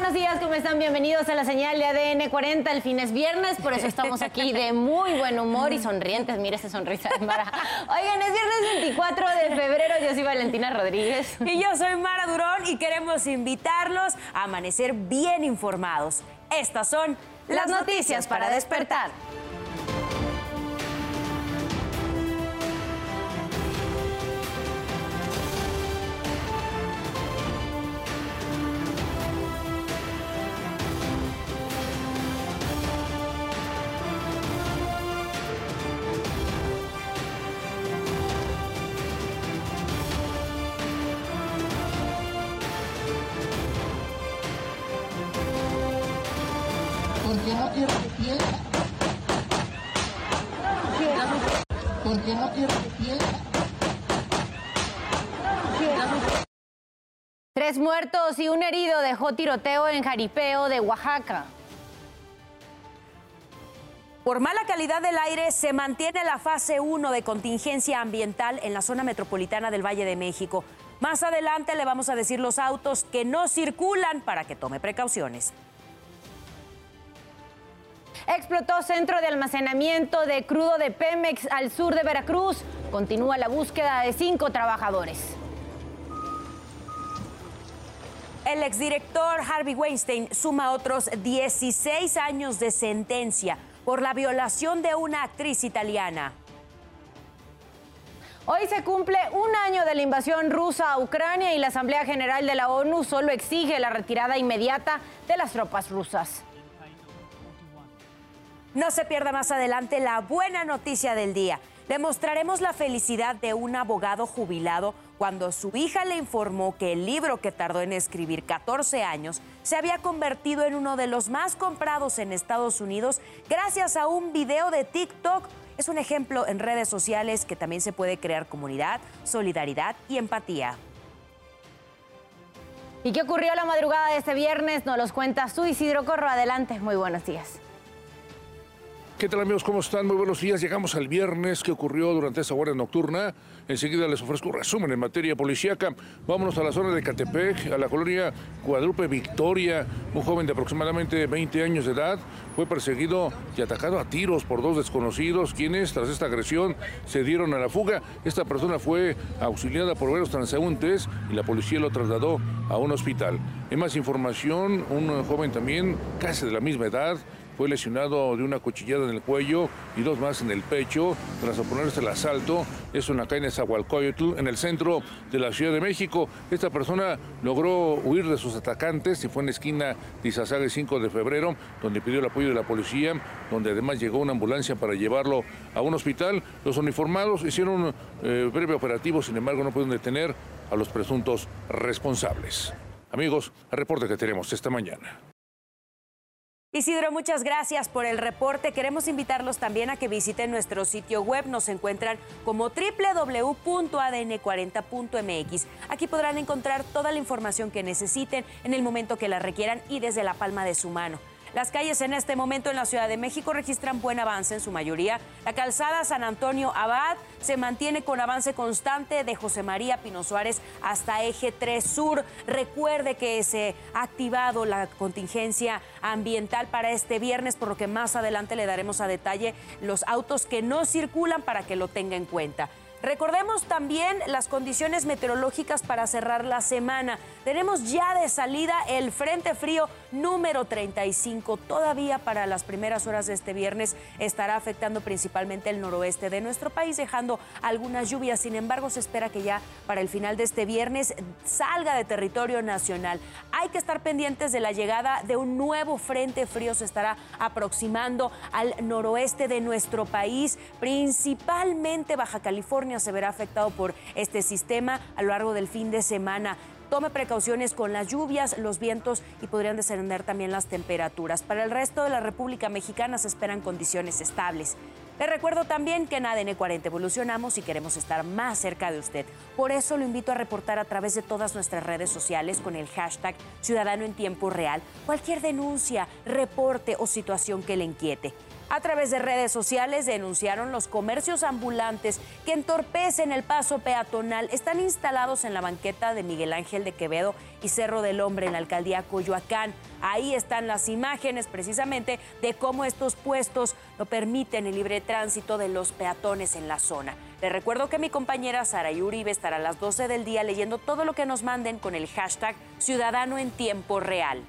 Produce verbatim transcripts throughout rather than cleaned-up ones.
buenos días, ¿cómo están? Bienvenidos a la señal de A D N cuarenta. El fin es viernes, por eso estamos aquí de muy buen humor y sonrientes. Mira esa sonrisa de Mara. Oigan, es viernes veinticuatro de febrero. Yo soy Valentina Rodríguez. Y yo soy Mara Durón y queremos invitarlos a amanecer bien informados. Estas son las noticias para despertar. Porque no quiero que pierda. Porque no quiero que pierda. Tres muertos y un herido dejó tiroteo en Jaripeo de Oaxaca. Por mala calidad del aire, se mantiene la fase uno de contingencia ambiental en la zona metropolitana del Valle de México. Más adelante le vamos a decir los autos que no circulan para que tome precauciones. Explotó centro de almacenamiento de crudo de Pemex al sur de Veracruz. Continúa la búsqueda de cinco trabajadores. El exdirector Harvey Weinstein suma otros dieciséis años de sentencia por la violación de una actriz italiana. Hoy se cumple un año de la invasión rusa a Ucrania y la Asamblea General de la ONU solo exige la retirada inmediata de las tropas rusas. No se pierda más adelante la buena noticia del día. Le mostraremos la felicidad de un abogado jubilado cuando su hija le informó que el libro que tardó en escribir catorce años se había convertido en uno de los más comprados en Estados Unidos gracias a un video de TikTok. Es un ejemplo en redes sociales que también se puede crear comunidad, solidaridad y empatía. ¿Y qué ocurrió la madrugada de este viernes? Nos los cuenta su Isidro Corro. Adelante, muy buenos días. ¿Qué tal, amigos? ¿Cómo están? Muy buenos días. Llegamos al viernes. ¿Qué ocurrió durante esa guardia nocturna? Enseguida les ofrezco un resumen en materia policíaca. Vámonos a la zona de Catepec, a la colonia Guadalupe Victoria. Un joven de aproximadamente veinte años de edad fue perseguido y atacado a tiros por dos desconocidos, quienes, tras esta agresión, se dieron a la fuga. Esta persona fue auxiliada por varios transeúntes y la policía lo trasladó a un hospital. En más información, un joven también, casi de la misma edad, fue lesionado de una cuchillada en el cuello y dos más en el pecho tras oponerse al asalto. Es una calle en Nezahualcóyotl, en el centro de la Ciudad de México. Esta persona logró huir de sus atacantes y fue en la esquina de Izazaga cinco de febrero, donde pidió el apoyo de la policía, donde además llegó una ambulancia para llevarlo a un hospital. Los uniformados hicieron un eh, breve operativo, sin embargo no pudieron detener a los presuntos responsables. Amigos, el reporte que tenemos esta mañana. Isidro, muchas gracias por el reporte. Queremos invitarlos también a que visiten nuestro sitio web. Nos encuentran como doble u doble u doble u punto a d n cuarenta punto m x. Aquí podrán encontrar toda la información que necesiten en el momento que la requieran y desde la palma de su mano. Las calles en este momento en la Ciudad de México registran buen avance en su mayoría. La calzada San Antonio Abad se mantiene con avance constante de José María Pino Suárez hasta Eje tres Sur. Recuerde que se ha activado la contingencia ambiental para este viernes, por lo que más adelante le daremos a detalle los autos que no circulan para que lo tenga en cuenta. Recordemos también las condiciones meteorológicas para cerrar la semana. Tenemos ya de salida el Frente Frío número treinta y cinco. Todavía para las primeras horas de este viernes estará afectando principalmente el noroeste de nuestro país, dejando algunas lluvias. Sin embargo, se espera que ya para el final de este viernes salga de territorio nacional. Hay que estar pendientes de la llegada de un nuevo Frente Frío. Se estará aproximando al noroeste de nuestro país, principalmente Baja California se verá afectado por este sistema a lo largo del fin de semana. Tome precauciones con las lluvias, los vientos y podrían descender también las temperaturas. Para el resto de la República Mexicana se esperan condiciones estables. Les recuerdo también que en A D N cuarenta evolucionamos y queremos estar más cerca de usted. Por eso lo invito a reportar a través de todas nuestras redes sociales con el hashtag Ciudadano en Tiempo Real cualquier denuncia, reporte o situación que le inquiete. A través de redes sociales denunciaron los comercios ambulantes que entorpecen el paso peatonal. Están instalados en la banqueta de Miguel Ángel de Quevedo y Cerro del Hombre en la alcaldía Coyoacán. Ahí están las imágenes precisamente de cómo estos puestos no permiten el libre tránsito de los peatones en la zona. Les recuerdo que mi compañera Saraí Uribe estará a las doce del día leyendo todo lo que nos manden con el hashtag Ciudadano en Tiempo Real.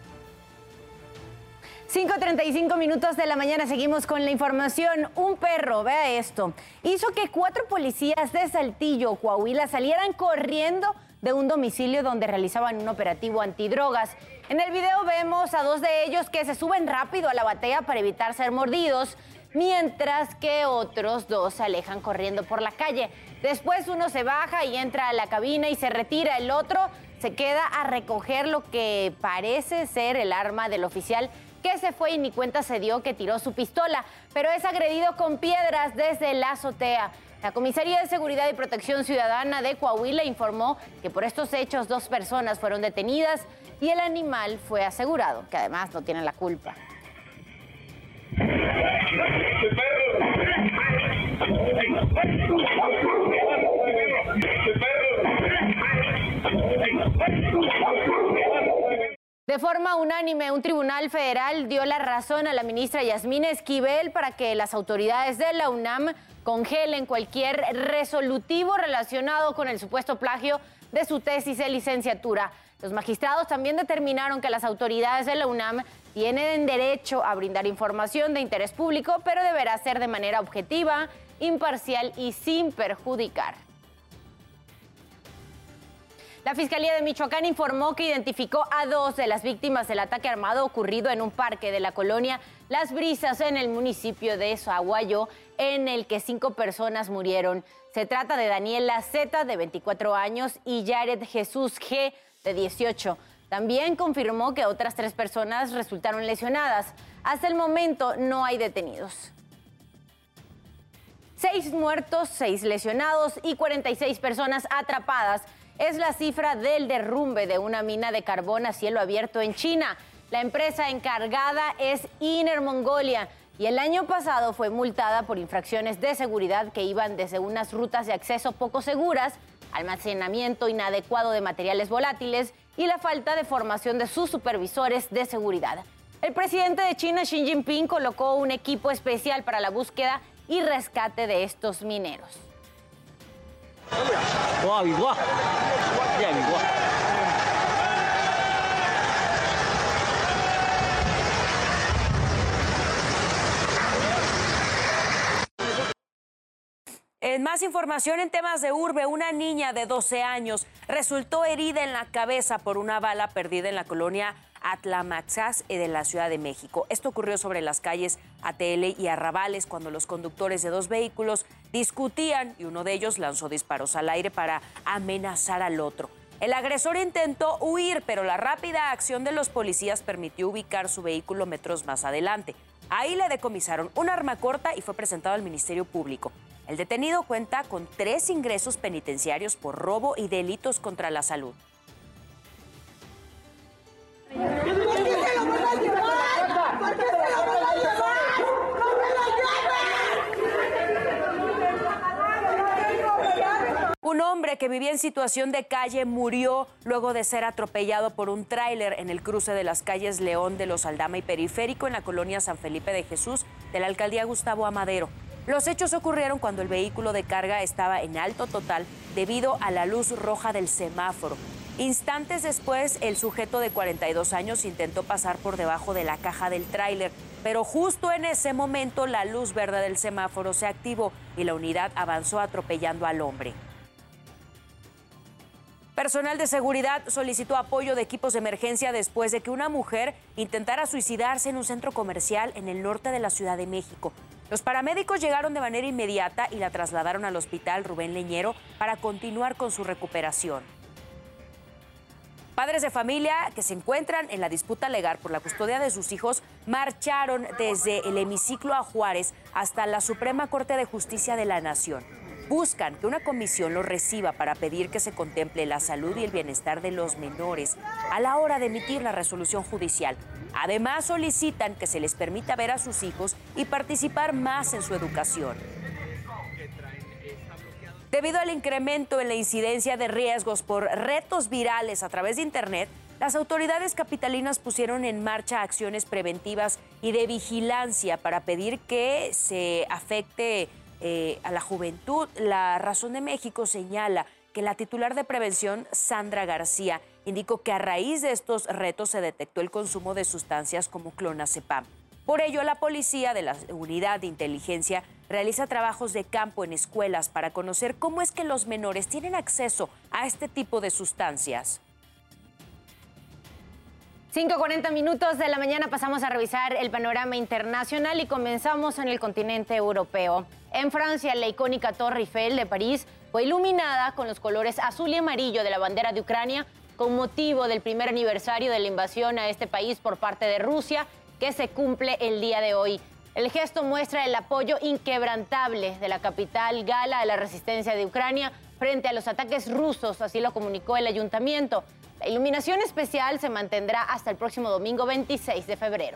cinco treinta y cinco minutos de la mañana, seguimos con la información. Un perro, vea esto, hizo que cuatro policías de Saltillo, Coahuila, salieran corriendo de un domicilio donde realizaban un operativo antidrogas. En el video vemos a dos de ellos que se suben rápido a la batea para evitar ser mordidos, mientras que otros dos se alejan corriendo por la calle. Después uno se baja y entra a la cabina y se retira. El otro se queda a recoger lo que parece ser el arma del oficial, que se fue y ni cuenta se dio que tiró su pistola, pero es agredido con piedras desde la azotea. La Comisaría de Seguridad y Protección Ciudadana de Coahuila informó que por estos hechos dos personas fueron detenidas y el animal fue asegurado, que además no tiene la culpa. De forma unánime, un tribunal federal dio la razón a la ministra Yasmín Esquivel para que las autoridades de la UNAM congelen cualquier resolutivo relacionado con el supuesto plagio de su tesis de licenciatura. Los magistrados también determinaron que las autoridades de la UNAM tienen derecho a brindar información de interés público, pero deberá ser de manera objetiva, imparcial y sin perjudicar. La Fiscalía de Michoacán informó que identificó a dos de las víctimas del ataque armado ocurrido en un parque de la colonia Las Brisas en el municipio de Sahuayo, en el que cinco personas murieron. Se trata de Daniela Z, de veinticuatro años, y Jared Jesús G, de dieciocho. También confirmó que otras tres personas resultaron lesionadas. Hasta el momento no hay detenidos. Seis muertos, seis lesionados y cuarenta y seis personas atrapadas es la cifra del derrumbe de una mina de carbón a cielo abierto en China. La empresa encargada es Inner Mongolia y el año pasado fue multada por infracciones de seguridad que iban desde unas rutas de acceso poco seguras, almacenamiento inadecuado de materiales volátiles y la falta de formación de sus supervisores de seguridad. El presidente de China, Xi Jinping, colocó un equipo especial para la búsqueda y rescate de estos mineros. En más información en temas de urbe, una niña de doce años resultó herida en la cabeza por una bala perdida en la colonia Atlamaxas de la Ciudad de México. Esto ocurrió sobre las calles A T L y Arrabales cuando los conductores de dos vehículos discutían y uno de ellos lanzó disparos al aire para amenazar al otro. El agresor intentó huir, pero la rápida acción de los policías permitió ubicar su vehículo metros más adelante. Ahí le decomisaron un arma corta y fue presentado al Ministerio Público. El detenido cuenta con tres ingresos penitenciarios por robo y delitos contra la salud. Un hombre que vivía en situación de calle murió luego de ser atropellado por un tráiler en el cruce de las calles León de los Aldama y Periférico en la colonia San Felipe de Jesús de la alcaldía Gustavo Amadero. Los hechos ocurrieron cuando el vehículo de carga estaba en alto total debido a la luz roja del semáforo. Instantes después, el sujeto de cuarenta y dos años intentó pasar por debajo de la caja del tráiler, pero justo en ese momento la luz verde del semáforo se activó y la unidad avanzó atropellando al hombre. Personal de seguridad solicitó apoyo de equipos de emergencia después de que una mujer intentara suicidarse en un centro comercial en el norte de la Ciudad de México. Los paramédicos llegaron de manera inmediata y la trasladaron al hospital Rubén Leñero para continuar con su recuperación. Padres de familia que se encuentran en la disputa legal por la custodia de sus hijos marcharon desde el hemiciclo a Juárez hasta la Suprema Corte de Justicia de la Nación. Buscan que una comisión los reciba para pedir que se contemple la salud y el bienestar de los menores a la hora de emitir la resolución judicial. Además, solicitan que se les permita ver a sus hijos y participar más en su educación. Debido al incremento en la incidencia de riesgos por retos virales a través de Internet, las autoridades capitalinas pusieron en marcha acciones preventivas y de vigilancia para pedir que se afecte eh, a la juventud. La Razón de México señala que la titular de prevención, Sandra García, indicó que a raíz de estos retos se detectó el consumo de sustancias como clonazepam. Por ello, la policía de la Unidad de Inteligencia realiza trabajos de campo en escuelas para conocer cómo es que los menores tienen acceso a este tipo de sustancias. cinco cuarenta minutos de la mañana pasamos a revisar el panorama internacional y comenzamos en el continente europeo. En Francia, la icónica Torre Eiffel de París fue iluminada con los colores azul y amarillo de la bandera de Ucrania con motivo del primer aniversario de la invasión a este país por parte de Rusia, que se cumple el día de hoy. El gesto muestra el apoyo inquebrantable de la capital gala a la resistencia de Ucrania frente a los ataques rusos, así lo comunicó el ayuntamiento. La iluminación especial se mantendrá hasta el próximo domingo veintiséis de febrero.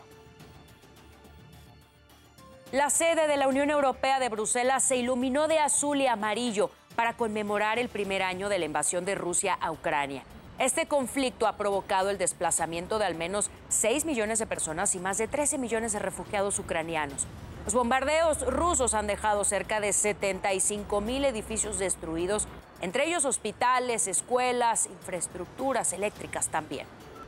La sede de la Unión Europea de Bruselas se iluminó de azul y amarillo para conmemorar el primer año de la invasión de Rusia a Ucrania. Este conflicto ha provocado el desplazamiento de al menos seis millones de personas y más de trece millones de refugiados ucranianos. Los bombardeos rusos han dejado cerca de setenta y cinco mil edificios destruidos, entre ellos hospitales, escuelas, infraestructuras eléctricas también.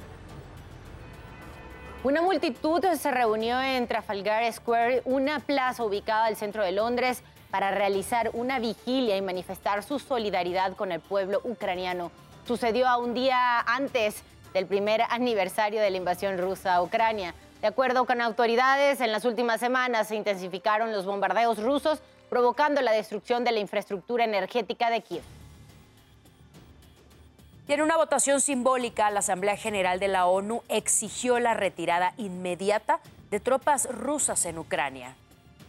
Una multitud se reunió en Trafalgar Square, una plaza ubicada al centro de Londres, para realizar una vigilia y manifestar su solidaridad con el pueblo ucraniano. Sucedió a un día antes del primer aniversario de la invasión rusa a Ucrania. De acuerdo con autoridades, en las últimas semanas se intensificaron los bombardeos rusos, provocando la destrucción de la infraestructura energética de Kiev. Y en una votación simbólica, la Asamblea General de la ONU exigió la retirada inmediata de tropas rusas en Ucrania.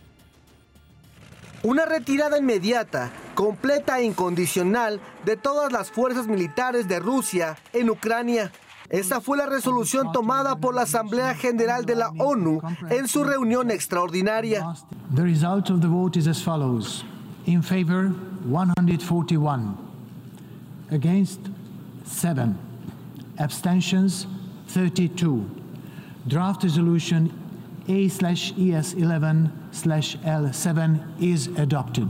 Una retirada inmediata, completa e incondicional de todas las fuerzas militares de Rusia en Ucrania. Esta fue la resolución tomada por la Asamblea General de la ONU en su reunión extraordinaria. The result of the vote is as follows. In favor, one hundred forty-one. Against, seven. Abstentions, thirty-two. Draft resolution A slash E S eleven slash L seven is adopted.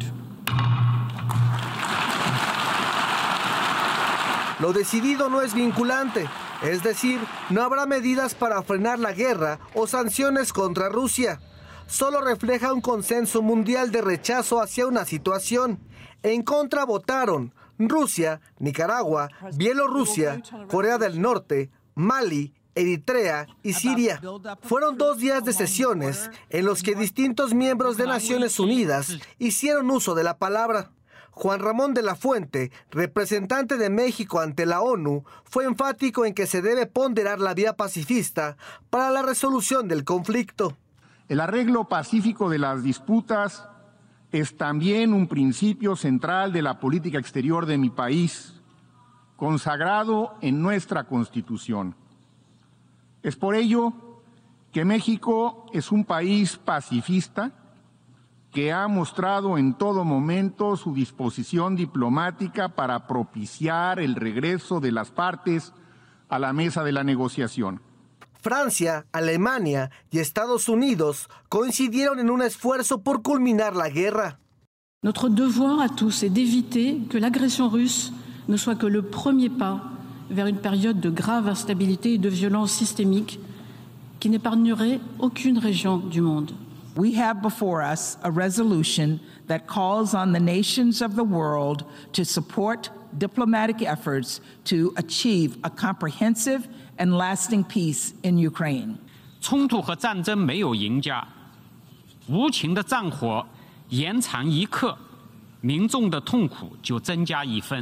Lo decidido no es vinculante, es decir, no habrá medidas para frenar la guerra o sanciones contra Rusia. Solo refleja un consenso mundial de rechazo hacia una situación. En contra votaron Rusia, Nicaragua, Bielorrusia, Corea del Norte, Mali, Eritrea y Siria. Fueron dos días de sesiones en los que distintos miembros de Naciones Unidas hicieron uso de la palabra. Juan Ramón de la Fuente, representante de México ante la ONU, fue enfático en que se debe ponderar la vía pacifista para la resolución del conflicto. El arreglo pacífico de las disputas es también un principio central de la política exterior de mi país, consagrado en nuestra Constitución. Es por ello que México es un país pacifista que ha mostrado en todo momento su disposición diplomática para propiciar el regreso de las partes a la mesa de la negociación. Francia, Alemania y Estados Unidos coincidieron en un esfuerzo por culminar la guerra. Notre devoir à tous est d'éviter que l'agression russe ne soit que le premier pas vers une période de grave instabilité et de violence systémique qui n'épargnerait aucune région du monde. We have before us a resolution that calls on the nations of the world to support diplomatic efforts to achieve a comprehensive and lasting peace in Ukraine. 冲突和战争没有赢家，无情的战火延长一刻，民众的痛苦就增加一分。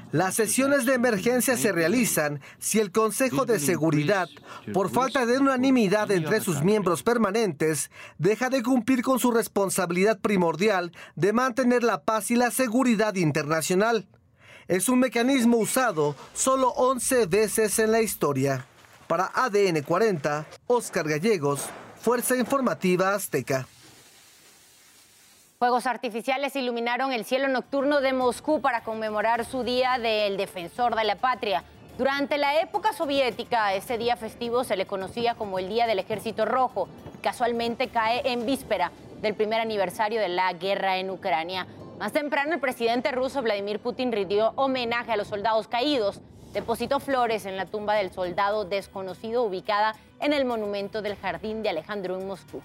Las sesiones de emergencia se realizan si el Consejo de Seguridad, por falta de unanimidad entre sus miembros permanentes, deja de cumplir con su responsabilidad primordial de mantener la paz y la seguridad internacional. Es un mecanismo usado solo once veces en la historia. Para A D N cuarenta, Óscar Gallegos, Fuerza Informativa Azteca. Fuegos artificiales iluminaron el cielo nocturno de Moscú para conmemorar su Día del Defensor de la Patria. Durante la época soviética, este día festivo se le conocía como el Día del Ejército Rojo. Casualmente cae en víspera del primer aniversario de la guerra en Ucrania. Más temprano, el presidente ruso Vladimir Putin rindió homenaje a los soldados caídos. Depositó flores en la tumba del soldado desconocido ubicada en el monumento del Jardín de Alejandro en Moscú.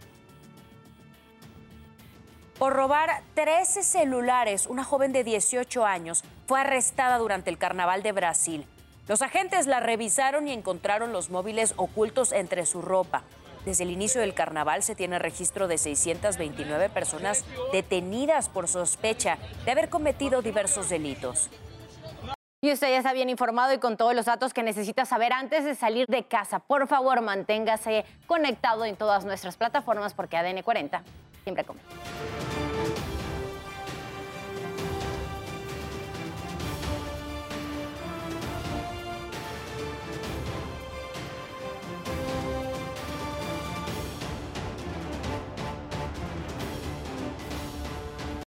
Por robar trece celulares, una joven de dieciocho años fue arrestada durante el Carnaval de Brasil. Los agentes la revisaron y encontraron los móviles ocultos entre su ropa. Desde el inicio del carnaval se tiene registro de seiscientas veintinueve personas detenidas por sospecha de haber cometido diversos delitos. Y usted ya está bien informado y con todos los datos que necesita saber antes de salir de casa. Por favor, manténgase conectado en todas nuestras plataformas porque A D N cuarenta siempre come.